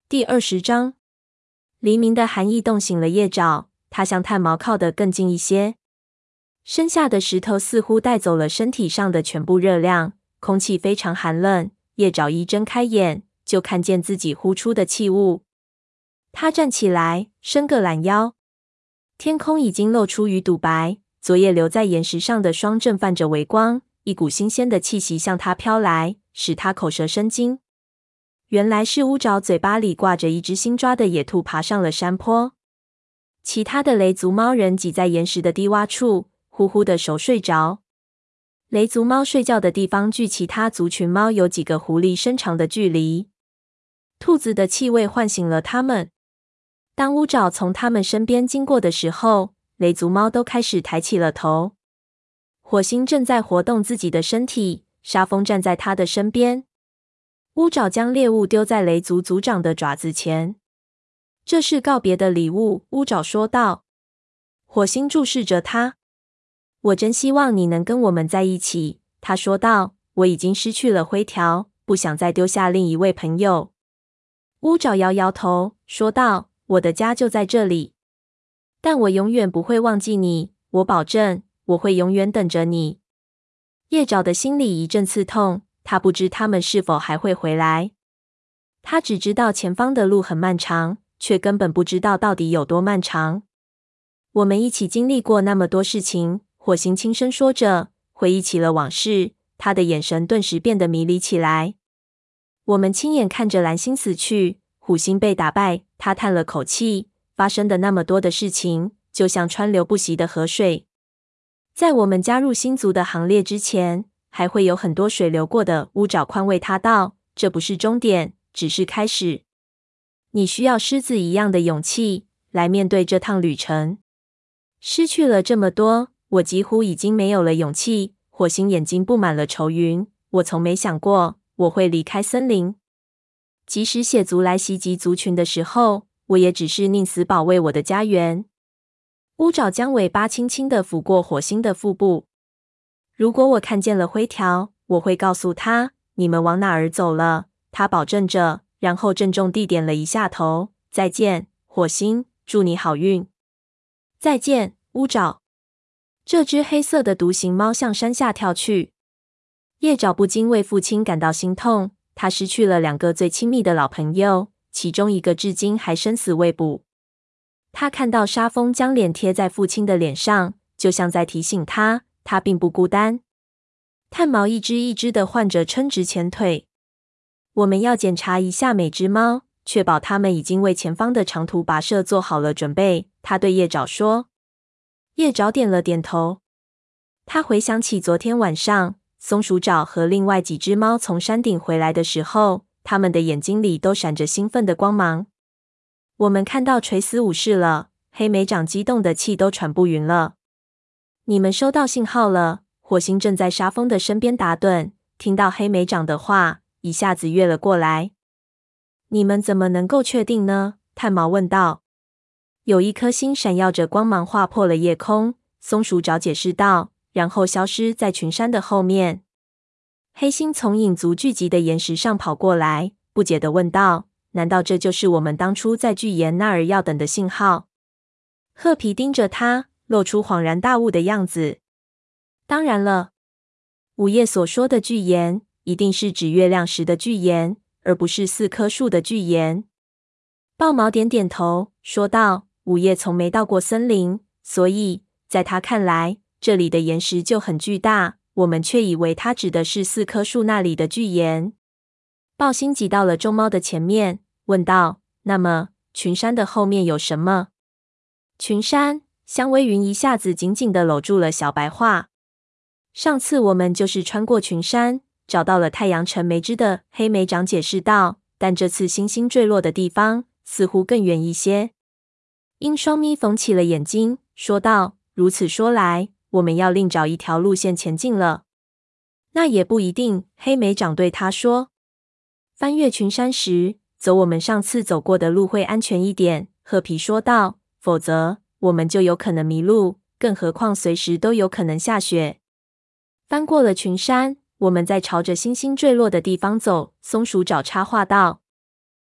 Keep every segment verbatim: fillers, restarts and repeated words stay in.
第二十章，黎明的寒意冻醒了叶爪，他向炭毛靠得更近一些。身下的石头似乎带走了身体上的全部热量，空气非常寒冷。叶爪一睁开眼，就看见自己呼出的气雾。他站起来，伸个懒腰。天空已经露出鱼肚白，昨夜留在岩石上的霜正泛着微光，一股新鲜的气息向他飘来，使他口舌生津。原来是乌爪嘴巴里挂着一只新抓的野兔爬上了山坡。其他的雷族猫人挤在岩石的低洼处，呼呼的熟睡着。雷族猫睡觉的地方距其他族群猫有几个狐狸身长的距离。兔子的气味唤醒了它们。当乌爪从它们身边经过的时候，雷族猫都开始抬起了头。火星正在活动自己的身体，沙风站在他的身边。乌爪将猎物丢在雷族族长的爪子前。这是告别的礼物，乌爪说道。火星注视着他。我真希望你能跟我们在一起，他说道。我已经失去了灰条，不想再丢下另一位朋友。乌爪摇摇头，说道，我的家就在这里。但我永远不会忘记你，我保证，我会永远等着你。叶爪的心里一阵刺痛，他不知他们是否还会回来。他只知道前方的路很漫长，却根本不知道到底有多漫长。我们一起经历过那么多事情，火星轻声说着，回忆起了往事，他的眼神顿时变得迷离起来。我们亲眼看着蓝星死去，虎星被打败，他叹了口气，发生的那么多的事情，就像川流不息的河水。在我们加入星族的行列之前，还会有很多水流过的。乌爪宽慰他道，这不是终点，只是开始。你需要狮子一样的勇气来面对这趟旅程。失去了这么多，我几乎已经没有了勇气。火星眼睛布满了愁云，我从没想过我会离开森林。即使血族来袭击族群的时候，我也只是宁死保卫我的家园。乌爪将尾巴轻轻地抚过火星的腹部。如果我看见了灰条，我会告诉他，你们往哪儿走了，他保证着，然后郑重地点了一下头。再见，火星，祝你好运。再见，乌爪。这只黑色的独行猫向山下跳去。叶爪不禁为父亲感到心痛，他失去了两个最亲密的老朋友，其中一个至今还生死未卜。他看到沙风将脸贴在父亲的脸上，就像在提醒他，他并不孤单。炭毛一只一只的唤着撑直前腿。我们要检查一下每只猫，确保它们已经为前方的长途跋涉做好了准备，他对叶爪说。叶爪点了点头。他回想起昨天晚上，松鼠爪和另外几只猫从山顶回来的时候，它们的眼睛里都闪着兴奋的光芒。我们看到垂死武士了，黑莓长激动的气都喘不匀了。你们收到信号了，火星正在沙风的身边打盹，听到黑莓长的话，一下子跃了过来。你们怎么能够确定呢？炭毛问道。有一颗星闪耀着光芒划破了夜空，松鼠爪解释道，然后消失在群山的后面。黑星从影族聚集的岩石上跑过来，不解地问道，难道这就是我们当初在巨岩那儿要等的信号？褐皮盯着他，露出恍然大悟的样子。当然了，午夜所说的巨岩，一定是指月亮石的巨岩，而不是四棵树的巨岩。豹毛点点头，说道，午夜从没到过森林，所以在他看来，这里的岩石就很巨大，我们却以为它指的是四棵树那里的巨岩。豹星挤到了众猫的前面，问道，那么群山的后面有什么？群山，香微云一下子紧紧地搂住了小白桦。上次我们就是穿过群山，找到了太阳城梅枝的，黑莓长解释道，但这次星星坠落的地方似乎更远一些。鹰双咪缝起了眼睛，说道，如此说来，我们要另找一条路线前进了。那也不一定，黑莓长对他说。翻越群山时，走我们上次走过的路会安全一点，褐皮说道，否则我们就有可能迷路，更何况随时都有可能下雪。翻过了群山，我们再朝着星星坠落的地方走，松鼠爪插话道。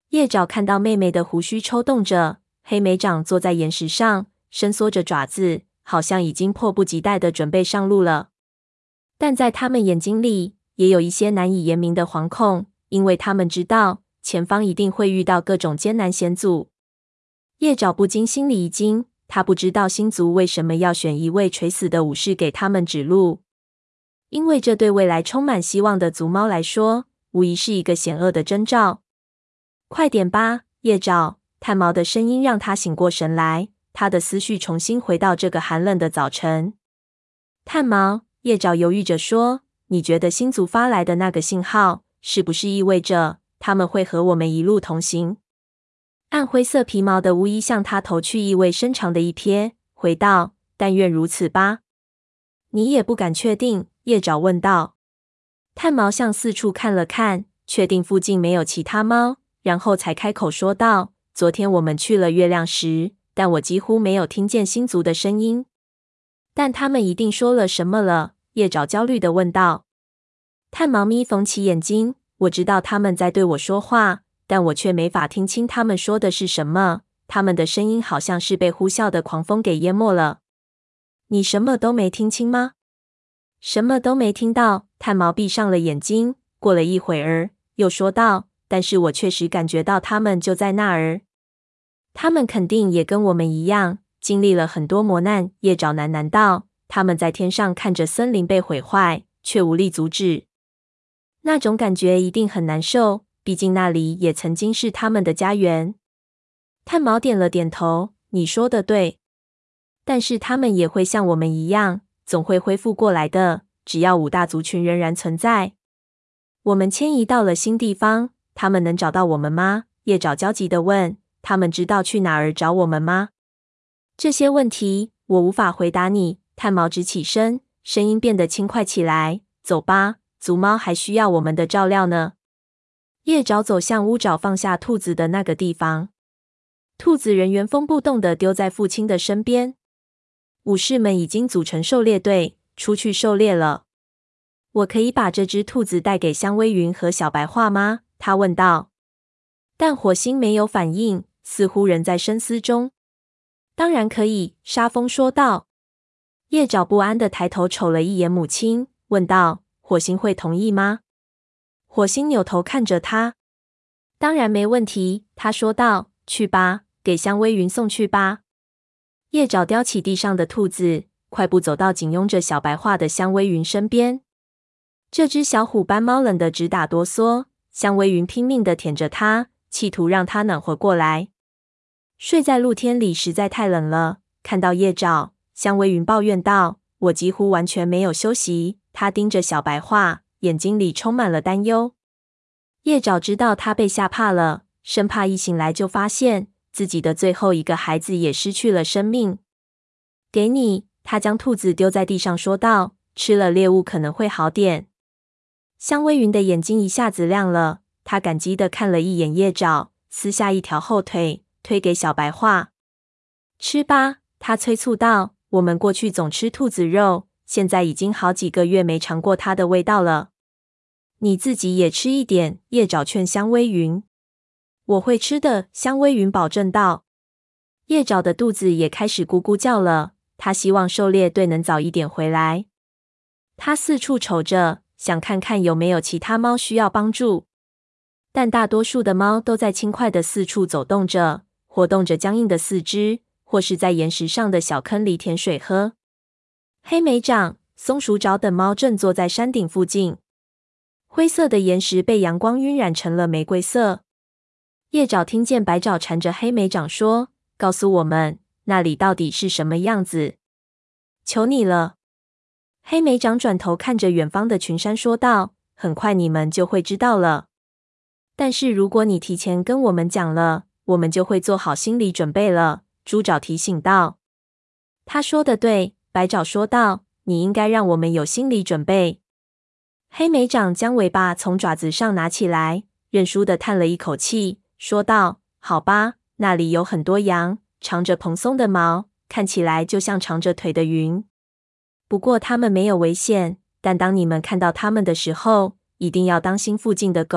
叶爪看到妹妹的胡须抽动着，黑莓长坐在岩石上，伸缩着爪子，好像已经迫不及待地准备上路了。但在他们眼睛里，也有一些难以言明的惶恐，因为他们知道前方一定会遇到各种艰难险阻。叶爪不禁心里一惊，他不知道星族为什么要选一位垂死的武士给他们指路，因为这对未来充满希望的族猫来说，无疑是一个险恶的征兆。快点吧，叶爪！炭毛的声音让他醒过神来，他的思绪重新回到这个寒冷的早晨。炭毛，叶爪犹豫着说，你觉得星族发来的那个信号，是不是意味着他们会和我们一路同行？暗灰色皮毛的巫医向他投去意味深长的一瞥，回道：但愿如此吧。你也不敢确定？叶爪问道。炭毛向四处看了看，确定附近没有其他猫，然后才开口说道：昨天我们去了月亮石，但我几乎没有听见星族的声音。但他们一定说了什么了？叶爪焦虑地问道。炭毛咪缝起眼睛，我知道他们在对我说话，但我却没法听清他们说的是什么。他们的声音好像是被呼啸的狂风给淹没了。你什么都没听清吗？什么都没听到。炭毛闭上了眼睛，过了一会儿，又说道：但是我确实感觉到他们就在那儿。他们肯定也跟我们一样，经历了很多磨难。叶爪喃喃道：他们在天上看着森林被毁坏，却无力阻止。那种感觉一定很难受，毕竟那里也曾经是他们的家园。炭毛点了点头，你说的对。但是他们也会像我们一样，总会恢复过来的，只要五大族群仍然存在。我们迁移到了新地方，他们能找到我们吗？叶爪焦急地问。他们知道去哪儿找我们吗？这些问题我无法回答你。炭毛直起身，声音变得轻快起来。走吧，族猫还需要我们的照料呢。叶爪走向乌爪放下兔子的那个地方，兔子仍原封不动地丢在父亲的身边。武士们已经组成狩猎队，出去狩猎了。我可以把这只兔子带给香微云和小白桦吗？他问道。但火星没有反应，似乎仍在深思中。当然可以，沙风说道。叶爪不安地抬头瞅了一眼母亲，问道：火星会同意吗？火星扭头看着他。当然没问题，他说道。去吧，给香微云送去吧。叶爪叼起地上的兔子，快步走到紧拥着小白桦的香微云身边。这只小虎斑猫冷得直打哆嗦，香微云拼命地舔着它，企图让它暖和过来。睡在露天里实在太冷了，看到叶爪，香微云抱怨道：我几乎完全没有休息。他盯着小白桦，眼睛里充满了担忧。叶爪知道他被吓怕了，生怕一醒来就发现自己的最后一个孩子也失去了生命。给你，他将兔子丢在地上说道，吃了猎物可能会好点。香微云的眼睛一下子亮了，他感激地看了一眼叶爪，撕下一条后腿推给小白桦。吃吧，他催促道，我们过去总吃兔子肉，现在已经好几个月没尝过它的味道了。你自己也吃一点，叶爪劝香微云。我会吃的，香微云保证道。叶爪的肚子也开始咕咕叫了，他希望狩猎队能早一点回来。他四处瞅着，想看看有没有其他猫需要帮助。但大多数的猫都在轻快的四处走动着，活动着僵硬的四肢，或是在岩石上的小坑里舔水喝。黑莓掌、松鼠爪等猫正坐在山顶附近，灰色的岩石被阳光晕染成了玫瑰色。叶爪听见白爪缠着黑莓掌说，告诉我们那里到底是什么样子。求你了。黑莓掌转头看着远方的群山说道，很快你们就会知道了。但是如果你提前跟我们讲了，我们就会做好心理准备了，猪爪提醒道。他说的对，白爪说道，你应该让我们有心理准备。黑莓掌将尾巴从爪子上拿起来，认输地叹了一口气，说道，好吧，那里有很多羊，长着蓬松的毛，看起来就像长着腿的云。不过它们没有危险，但当你们看到它们的时候，一定要当心附近的狗，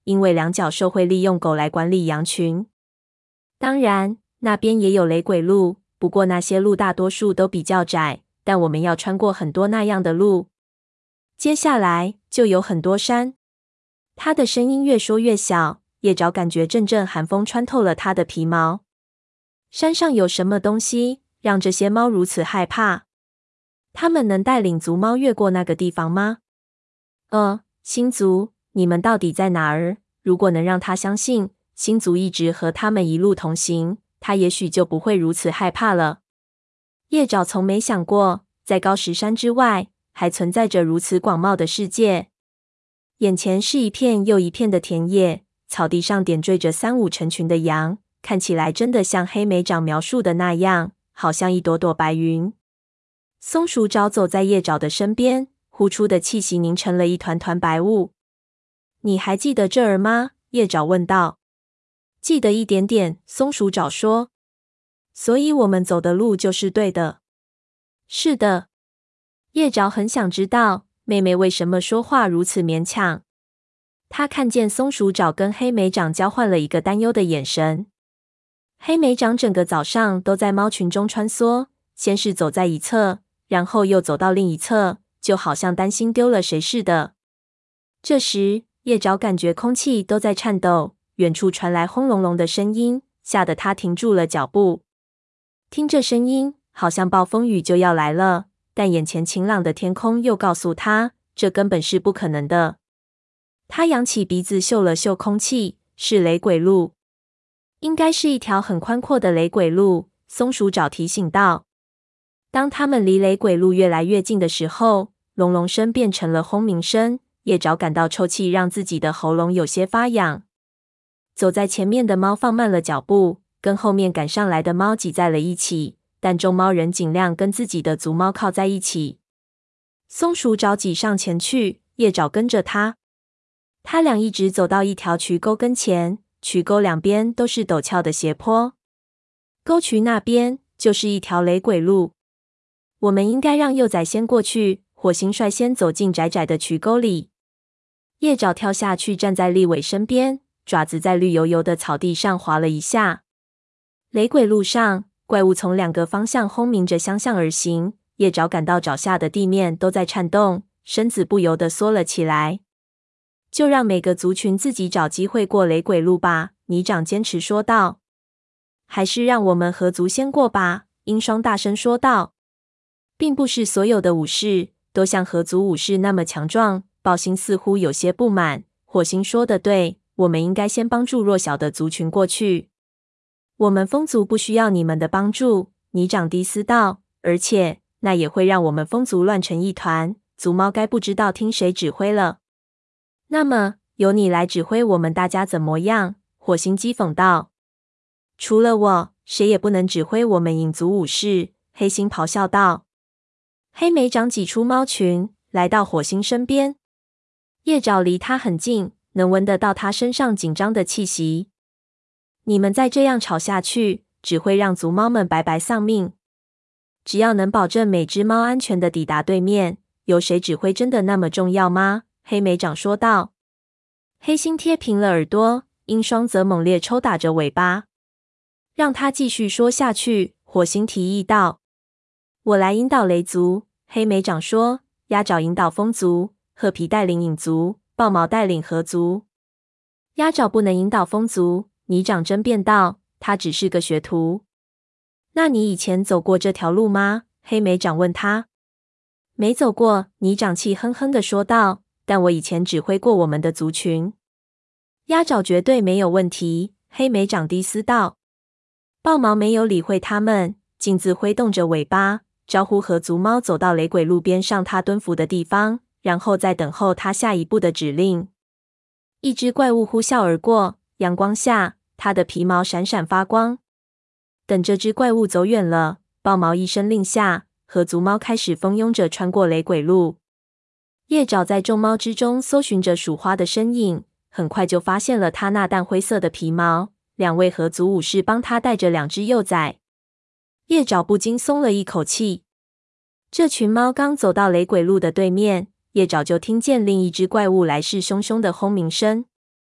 因为两脚兽会利用狗来管理羊群。当然，那边也有雷鬼路，不过那些路大多数都比较窄，但我们要穿过很多那样的路。接下来就有很多山。他的声音越说越小，叶爪感觉阵阵寒风穿透了他的皮毛。山上有什么东西让这些猫如此害怕？他们能带领族猫越过那个地方吗？呃，星族，你们到底在哪儿？如果能让他相信星族一直和他们一路同行，他也许就不会如此害怕了。叶爪从没想过，在高石山之外，还存在着如此广袤的世界。眼前是一片又一片的田野，草地上点缀着三五成群的羊，看起来真的像黑莓长描述的那样，好像一朵朵白云。松鼠爪走在叶爪的身边，呼出的气息凝成了一团团白雾。你还记得这儿吗？叶爪问道。记得一点点，松鼠爪说。所以我们走的路就是对的。是的。叶爪很想知道妹妹为什么说话如此勉强。他看见松鼠爪跟黑莓长交换了一个担忧的眼神。黑莓长整个早上都在猫群中穿梭，先是走在一侧，然后又走到另一侧，就好像担心丢了谁似的。这时，叶爪感觉空气都在颤抖，远处传来轰隆隆的声音，吓得他停住了脚步。听这声音，好像暴风雨就要来了，但眼前晴朗的天空又告诉他，这根本是不可能的。他扬起鼻子嗅了嗅空气，是雷鬼路。应该是一条很宽阔的雷鬼路，松鼠爪提醒道。当他们离雷鬼路越来越近的时候，隆隆声变成了轰鸣声，叶爪感到臭气让自己的喉咙有些发痒。走在前面的猫放慢了脚步，跟后面赶上来的猫挤在了一起，但众猫人尽量跟自己的族猫靠在一起。松鼠爪挤上前去，叶爪跟着他。他俩一直走到一条渠沟跟前，渠沟两边都是陡峭的斜坡。沟渠那边就是一条雷鬼路。我们应该让幼崽先过去，火星率先走进窄窄的渠沟里。叶爪跳下去，站在立伟身边，爪子在绿油油的草地上划了一下。雷鬼路上，怪物从两个方向轰鸣着相向而行，叶爪感到脚下的地面都在颤动，身子不由得缩了起来。就让每个族群自己找机会过雷鬼路吧，泥长坚持说道。还是让我们合族先过吧，鹰双大声说道。并不是所有的武士都像合族武士那么强壮，豹星似乎有些不满。火星说得对，我们应该先帮助弱小的族群过去。我们风族不需要你们的帮助，泥长低斯道，而且那也会让我们风族乱成一团，族猫该不知道听谁指挥了。那么，由你来指挥我们大家怎么样？火星讥讽道。除了我，谁也不能指挥我们影族武士，黑星咆哮道。黑莓长挤出猫群，来到火星身边。叶爪离他很近，能闻得到他身上紧张的气息。你们再这样吵下去，只会让族猫们白白丧命。只要能保证每只猫安全地抵达对面，由谁指挥真的那么重要吗？黑莓长说道。黑星贴平了耳朵，鹰双则猛烈抽打着尾巴。让他继续说下去，火星提议道。我来引导雷族，黑莓长说。鸭爪引导风族，褐皮带领影族，豹毛带领河族。鸭爪不能引导风族，泥长争辩道，他只是个学徒。那你以前走过这条路吗？黑莓长问他。没走过，泥长气哼哼地说道，但我以前指挥过我们的族群。鸭爪绝对没有问题，黑莓长低斯道。豹毛没有理会他们，径自挥动着尾巴，招呼河族猫走到雷鬼路边上他蹲伏的地方，然后再等候他下一步的指令。一只怪物呼啸而过，阳光下，它的皮毛闪闪发光。等这只怪物走远了，豹毛一声令下，河族猫开始蜂拥着穿过雷鬼路。叶爪在众猫之中搜寻着鼠花的身影，很快就发现了它那淡灰色的皮毛。两位河族武士帮他带着两只幼崽。叶爪不禁松了一口气。这群猫刚走到雷鬼路的对面，叶爪就听见另一只怪物来势汹汹的轰鸣声。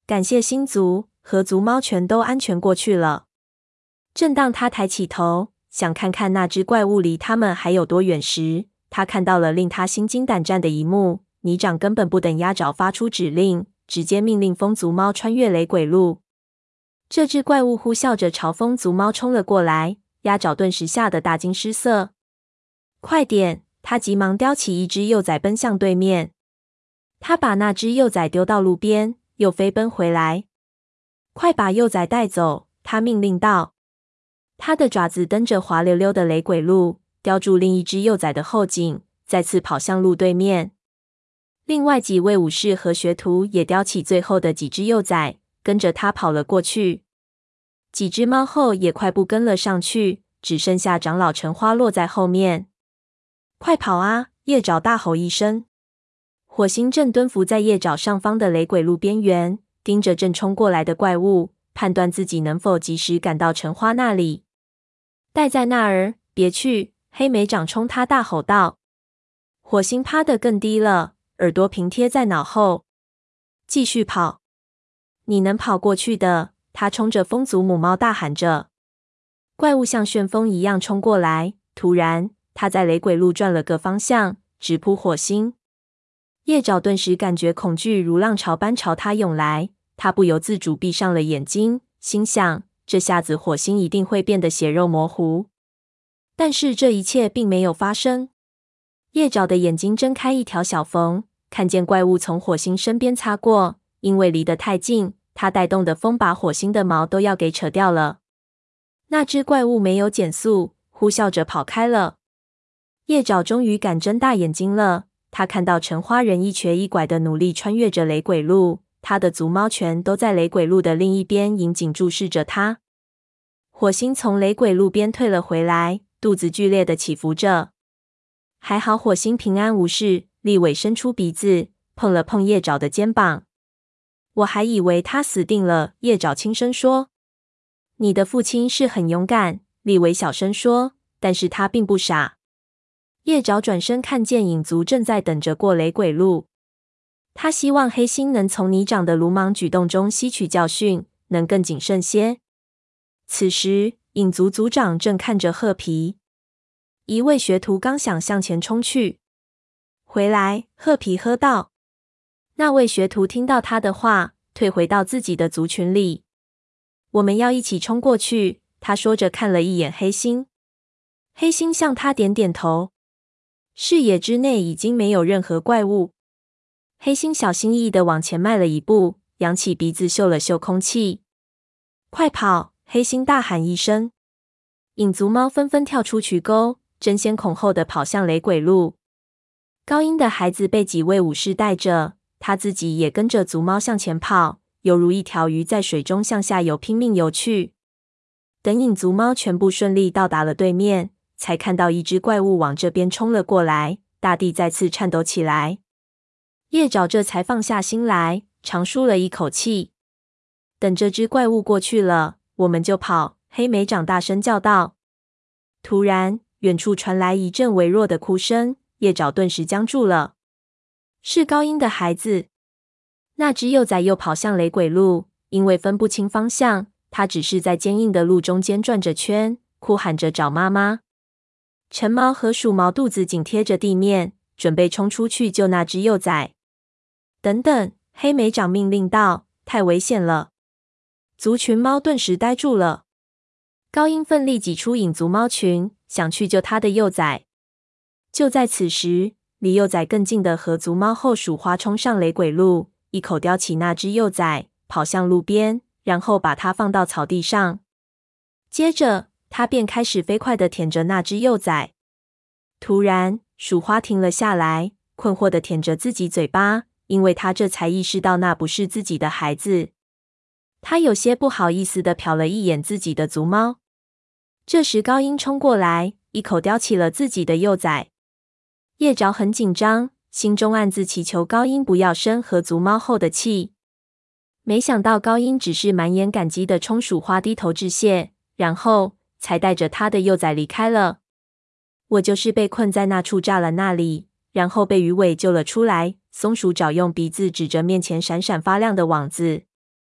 感谢星族，河族猫全都安全过去了。正当他抬起头，想看看那只怪物离他们还有多远时，他看到了令他心惊胆战的一幕。泥掌根本不等鸭爪发出指令，直接命令风族猫穿越雷鬼路。这只怪物呼啸着朝风族猫冲了过来，鸭爪顿时吓得大惊失色。快点！他急忙叼起一只幼崽奔向对面。他把那只幼崽丢到路边，又飞奔回来。快把幼崽带走！他命令道。他的爪子蹬着滑溜溜的雷鬼路，叼住另一只幼崽的后颈，再次跑向路对面。另外几位武士和学徒也叼起最后的几只幼崽，跟着他跑了过去。几只猫后也快步跟了上去，只剩下长老橙花落在后面。快跑啊！叶爪大吼一声。火星正蹲伏在叶爪上方的雷鬼路边缘，盯着正冲过来的怪物，判断自己能否及时赶到橙花那里。待在那儿，别去！黑莓长冲他大吼道。火星趴得更低了，耳朵平贴在脑后。继续跑！你能跑过去的！他冲着风族母猫大喊着。怪物像旋风一样冲过来，突然，他在雷鬼路转了个方向，直扑火星。叶爪顿时感觉恐惧如浪潮般朝他涌来，他不由自主闭上了眼睛，心想：这下子火星一定会变得血肉模糊。但是这一切并没有发生。叶爪的眼睛睁开一条小缝，看见怪物从火星身边擦过，因为离得太近，它带动的风把火星的毛都要给扯掉了。那只怪物没有减速，呼啸着跑开了。叶爪终于敢睁大眼睛了，他看到橙花人一瘸一拐的努力穿越着雷鬼路，他的族猫全都在雷鬼路的另一边引颈注视着他。火星从雷鬼路边退了回来，肚子剧烈的起伏着。还好火星平安无事，立伟伸出鼻子碰了碰叶爪的肩膀。我还以为他死定了，叶爪轻声说。你的父亲是很勇敢，立伟小声说，但是他并不傻。叶爪转身看见影族正在等着过雷鬼路。他希望黑星能从泥掌的鲁莽举动中吸取教训，能更谨慎些。此时，影族族长正看着褐皮。一位学徒刚想向前冲去。回来，褐皮喝道。那位学徒听到他的话，退回到自己的族群里。我们要一起冲过去，他说着看了一眼黑星。黑星向他点点头。视野之内已经没有任何怪物。黑星小心翼翼地往前迈了一步，扬起鼻子嗅了嗅空气。快跑！黑星大喊一声。影族猫纷纷跳出渠沟，争先恐后地跑向雷鬼路。高音的孩子被几位武士带着，他自己也跟着族猫向前跑，犹如一条鱼在水中向下游拼命游去。等影族猫全部顺利到达了对面，才看到一只怪物往这边冲了过来，大地再次颤抖起来。叶爪这才放下心来，长舒了一口气。等这只怪物过去了，我们就跑！黑莓长大声叫道。突然，远处传来一阵微弱的哭声，叶爪顿时僵住了。是高音的孩子。那只幼崽又跑向雷鬼路，因为分不清方向，它只是在坚硬的路中间转着圈，哭喊着找妈妈。橙毛和鼠毛肚子紧贴着地面，准备冲出去救那只幼崽。等等，黑莓长命令道，太危险了。族群猫顿时呆住了。高音奋力挤出影族猫群，想去救他的幼崽。就在此时，离幼崽更近的河族猫后鼠花冲上雷鬼路，一口叼起那只幼崽，跑向路边，然后把它放到草地上。接着，它便开始飞快地舔着那只幼崽。突然，鼠花停了下来，困惑地舔着自己嘴巴，因为它这才意识到那不是自己的孩子。他有些不好意思地瞟了一眼自己的族猫。这时高音冲过来，一口叼起了自己的幼崽。叶爪很紧张，心中暗自祈求高音不要生和族猫后的气。没想到高音只是满眼感激地冲鼠花低头致谢，然后才带着他的幼崽离开了。我就是被困在那处栅栏那里，然后被鱼尾救了出来。松鼠爪用鼻子指着面前闪闪发亮的网子。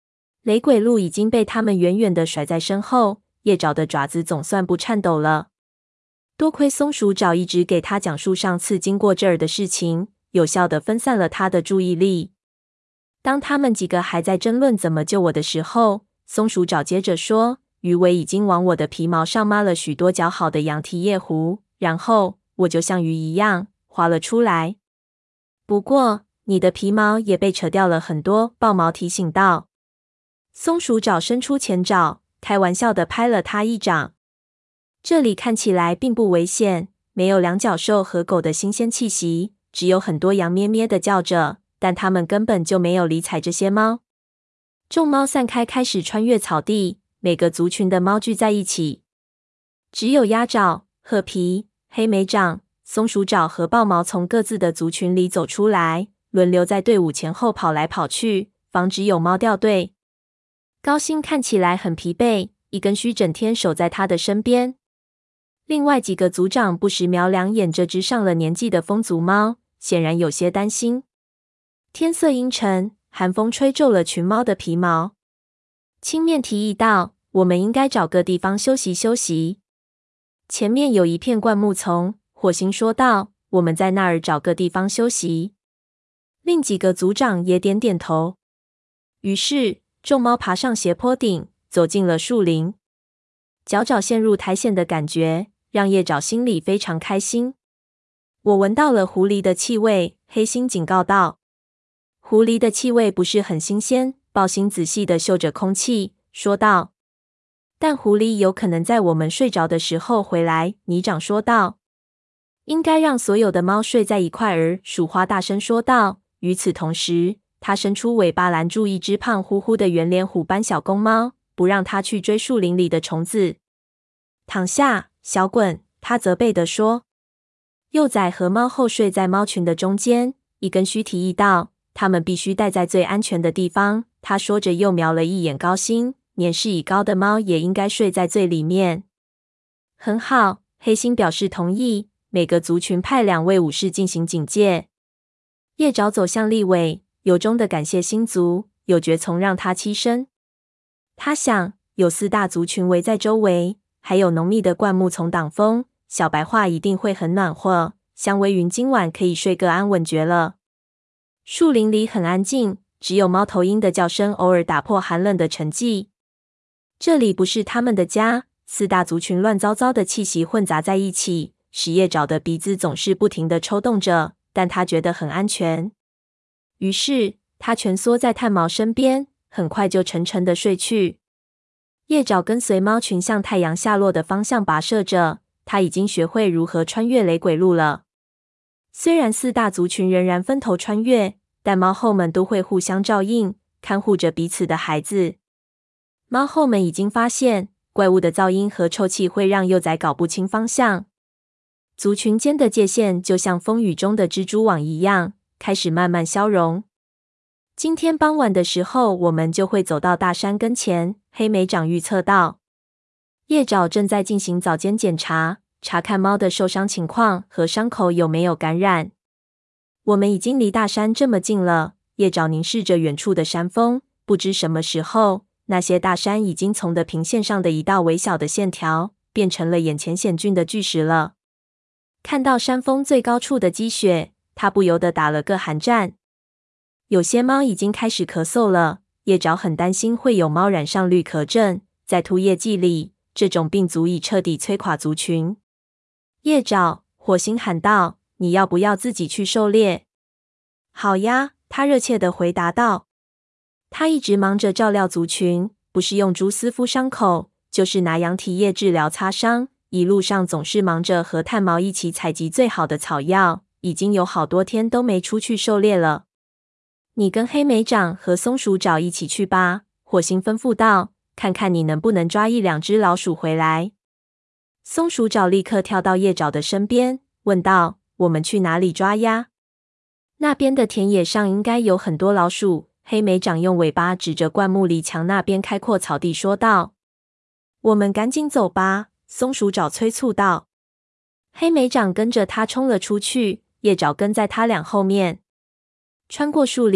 雷鬼鹿已经被他们远远地甩在身后，叶爪的爪子总算不颤抖了。多亏松鼠爪一直给他讲述上次经过这儿的事情，有效地分散了他的注意力。当他们几个还在争论怎么救我的时候，松鼠爪接着说，鱼尾已经往我的皮毛上抹了许多搅好的羊蹄叶糊，然后我就像鱼一样滑了出来。不过你的皮毛也被扯掉了很多，豹毛提醒道。松鼠爪伸出前爪，开玩笑地拍了他一掌。这里看起来并不危险，没有两脚兽和狗的新鲜气息，只有很多羊咩咩地叫着，但它们根本就没有理睬这些猫。众猫散开，开始穿越草地，每个族群的猫聚在一起。只有鸭爪、褐皮、黑莓掌、松鼠爪和豹毛从各自的族群里走出来，轮流在队伍前后跑来跑去，防止有猫掉队。高兴看起来很疲惫，一根须整天守在他的身边。另外几个族长不时瞄两眼这只上了年纪的风族猫，显然有些担心。天色阴沉，寒风吹皱了群猫的皮毛。青面提议道，我们应该找个地方休息休息。前面有一片灌木丛，火星说道，我们在那儿找个地方休息。另几个族长也点点头。于是众猫爬上斜坡顶，走进了树林。脚爪陷入苔藓的感觉让叶爪心里非常开心。我闻到了狐狸的气味，黑猩警告道。狐狸的气味不是很新鲜，豹猩仔细地嗅着空气，说道。但狐狸有可能在我们睡着的时候回来，泥掌说道。应该让所有的猫睡在一块儿，鼠花大声说道。与此同时，他伸出尾巴拦住一只胖乎乎的圆脸虎斑小公猫，不让它去追树林里的虫子。躺下，小滚，他责备地说。幼崽和猫后睡在猫群的中间，一根须提议道，它们必须待在最安全的地方。他说着又瞄了一眼高星，年事已高的猫也应该睡在最里面。很好，黑猩表示同意，每个族群派两位武士进行警戒。叶爪走向立尾，由衷地感谢星族，有蕨丛让他栖身。他想，有四大族群围在周围，还有浓密的灌木丛挡风，小白桦一定会很暖和，香微云今晚可以睡个安稳觉了。树林里很安静，只有猫头鹰的叫声偶尔打破寒冷的沉寂。这里不是他们的家，四大族群乱糟糟的气息混杂在一起，使叶爪的鼻子总是不停地抽动着，但他觉得很安全。于是他蜷缩在炭毛身边，很快就沉沉地睡去。叶爪跟随猫群向太阳下落的方向跋涉着，他已经学会如何穿越雷鬼路了。虽然四大族群仍然分头穿越，但猫后们都会互相照应，看护着彼此的孩子。猫后们已经发现，怪物的噪音和臭气会让幼崽搞不清方向。族群间的界限就像风雨中的蜘蛛网一样，开始慢慢消融。今天傍晚的时候，我们就会走到大山跟前，黑莓长预测道。叶爪正在进行早间检查，查看猫的受伤情况和伤口有没有感染。我们已经离大山这么近了，叶爪凝视着远处的山峰，不知什么时候，那些大山已经从的平线上的一道微小的线条，变成了眼前险峻的巨石了。看到山峰最高处的积雪，他不由得打了个寒战。有些猫已经开始咳嗽了，叶爪很担心会有猫染上绿壳症，在秃叶季里，这种病足以彻底摧垮族群。叶爪，火星喊道，你要不要自己去狩猎？好呀，他热切地回答道。他一直忙着照料族群，不是用蛛丝敷伤口，就是拿羊蹄叶治疗擦伤，一路上总是忙着和炭毛一起采集最好的草药，已经有好多天都没出去狩猎了。你跟黑莓掌和松鼠爪一起去吧，火星吩咐道，看看你能不能抓一两只老鼠回来。松鼠爪立刻跳到叶爪的身边，问道，我们去哪里抓呀？那边的田野上应该有很多老鼠。黑莓掌用尾巴指着灌木里墙那边开阔草地说道。我们赶紧走吧，松鼠爪催促道。黑莓掌跟着他冲了出去，叶爪跟在他俩后面。穿过树篱，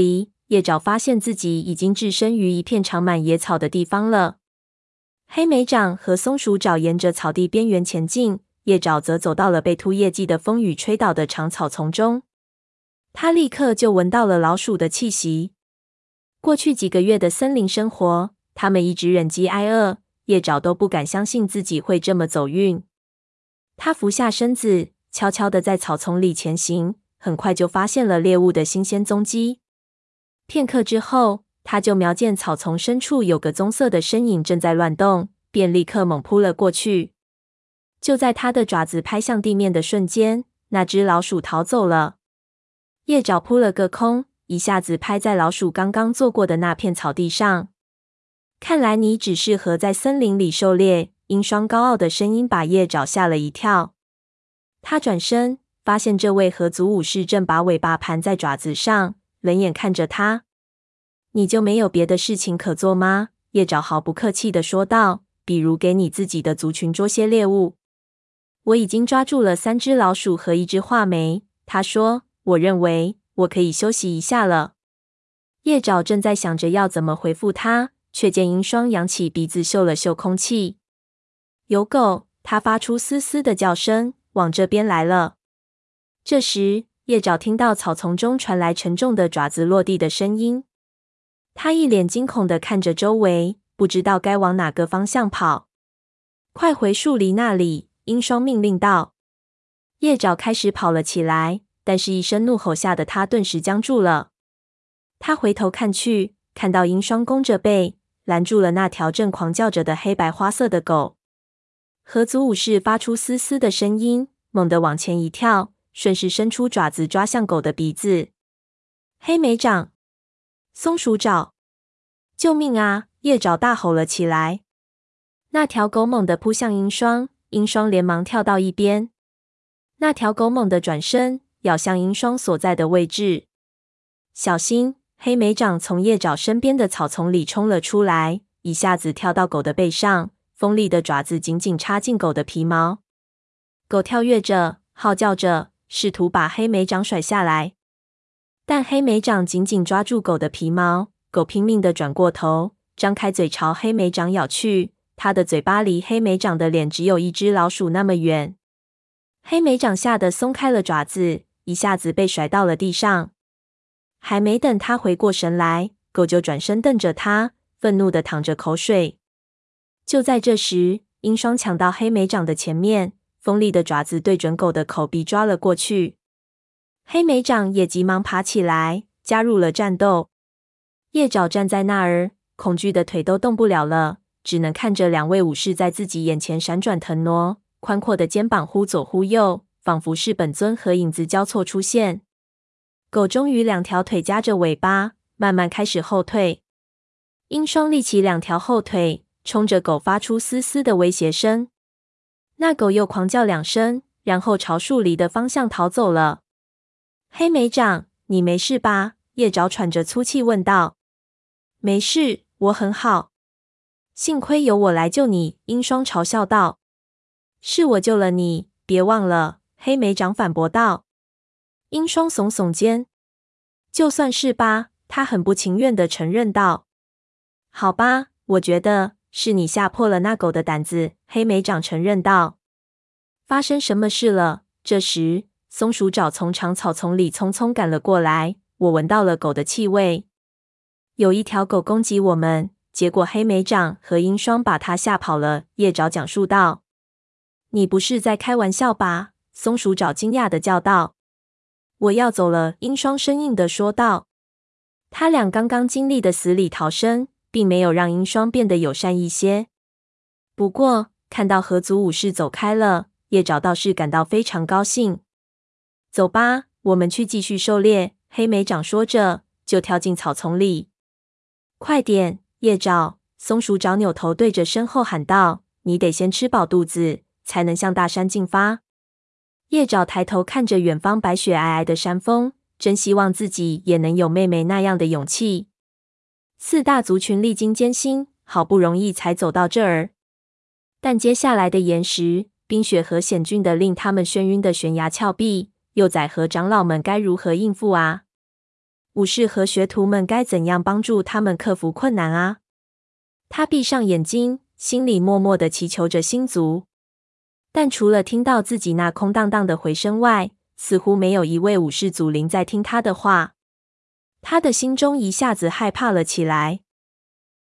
叶爪发现自己已经置身于一片长满野草的地方了。黑莓掌和松鼠爪沿着草地边缘前进，叶爪则走到了被秃叶季的风雨吹倒的长草丛中。他立刻就闻到了老鼠的气息。过去几个月的森林生活，他们一直忍饥挨饿，叶爪都不敢相信自己会这么走运。他俯下身子，悄悄地在草丛里前行，很快就发现了猎物的新鲜踪迹。片刻之后，他就瞄见草丛深处有个棕色的身影正在乱动，便立刻猛扑了过去。就在他的爪子拍向地面的瞬间，那只老鼠逃走了。叶爪扑了个空，一下子拍在老鼠刚刚坐过的那片草地上。看来你只适合在森林里狩猎，鹰双高傲的声音把叶爪吓了一跳。他转身，发现这位河族武士正把尾巴盘在爪子上，冷眼看着他。你就没有别的事情可做吗？叶爪毫不客气地说道，比如给你自己的族群捉些猎物。我已经抓住了三只老鼠和一只画眉，他说，我认为我可以休息一下了。叶爪正在想着要怎么回复他，却见鹰双扬起鼻子嗅了嗅空气。有狗，他发出嘶嘶的叫声，往这边来了。这时，叶爪听到草丛中传来沉重的爪子落地的声音。他一脸惊恐地看着周围，不知道该往哪个方向跑。快回树篱那里！鹰双命令道。叶爪开始跑了起来，但是一声怒吼吓得他顿时僵住了。他回头看去，看到鹰双弓着背，拦住了那条正狂叫着的黑白花色的狗。河族武士发出嘶嘶的声音，猛地往前一跳，顺势伸出爪子抓向狗的鼻子。黑莓掌！松鼠爪！救命啊！叶爪大吼了起来。那条狗猛地扑向鹰双，鹰双连忙跳到一边。那条狗猛地转身，咬向鹰双所在的位置。小心！黑莓掌从叶爪身边的草丛里冲了出来，一下子跳到狗的背上，锋利的爪子紧紧插进狗的皮毛。狗跳跃着，号叫着，试图把黑莓掌甩下来。但黑莓掌紧紧抓住狗的皮毛，狗拼命地转过头，张开嘴朝黑莓掌咬去。它的嘴巴离黑莓掌的脸只有一只老鼠那么远。黑莓掌吓得松开了爪子，一下子被甩到了地上。还没等他回过神来，狗就转身瞪着他，愤怒地淌着口水。就在这时，鹰双抢到黑莓掌的前面，锋利的爪子对准狗的口鼻抓了过去。黑莓掌也急忙爬起来，加入了战斗。叶爪站在那儿，恐惧的腿都动不了了，只能看着两位武士在自己眼前闪转腾挪，宽阔的肩膀忽左忽右，仿佛是本尊和影子交错出现。狗终于两条腿夹着尾巴，慢慢开始后退。鹰双立起两条后腿，冲着狗发出嘶嘶的威胁声。那狗又狂叫两声，然后朝树篱的方向逃走了。黑莓掌，你没事吧？叶爪喘着粗气问道。没事，我很好。幸亏有我来救你，鹰双嘲笑道。是我救了你，别忘了，黑莓掌反驳道。鹰双耸耸肩。就算是吧，他很不情愿地承认道。好吧，我觉得是你吓破了那狗的胆子，黑莓掌承认道。发生什么事了？这时，松鼠爪从长草丛里匆匆赶了过来，我闻到了狗的气味。有一条狗攻击我们，结果黑莓掌和鹰双把它吓跑了，叶爪讲述道。你不是在开玩笑吧？松鼠爪惊讶地叫道。我要走了，鹰双生硬地说道。他俩刚刚经历的死里逃生，并没有让鹰双变得友善一些。不过，看到河族武士走开了，叶爪倒是感到非常高兴。走吧，我们去继续狩猎，黑莓掌说着，就跳进草丛里。快点，叶爪！松鼠爪扭头对着身后喊道，你得先吃饱肚子，才能向大山进发。叶爪抬头看着远方白雪皑皑的山峰，真希望自己也能有妹妹那样的勇气。四大族群历经艰辛，好不容易才走到这儿，但接下来的岩石、冰雪和险峻的令他们眩晕的悬崖峭壁，幼崽和长老们该如何应付啊？ 武士和学徒们该怎样帮助他们克服困难啊？他闭上眼睛，心里默默地祈求着星族。但除了听到自己那空荡荡的回声外，似乎没有一位武士祖灵在听他的话。他的心中一下子害怕了起来。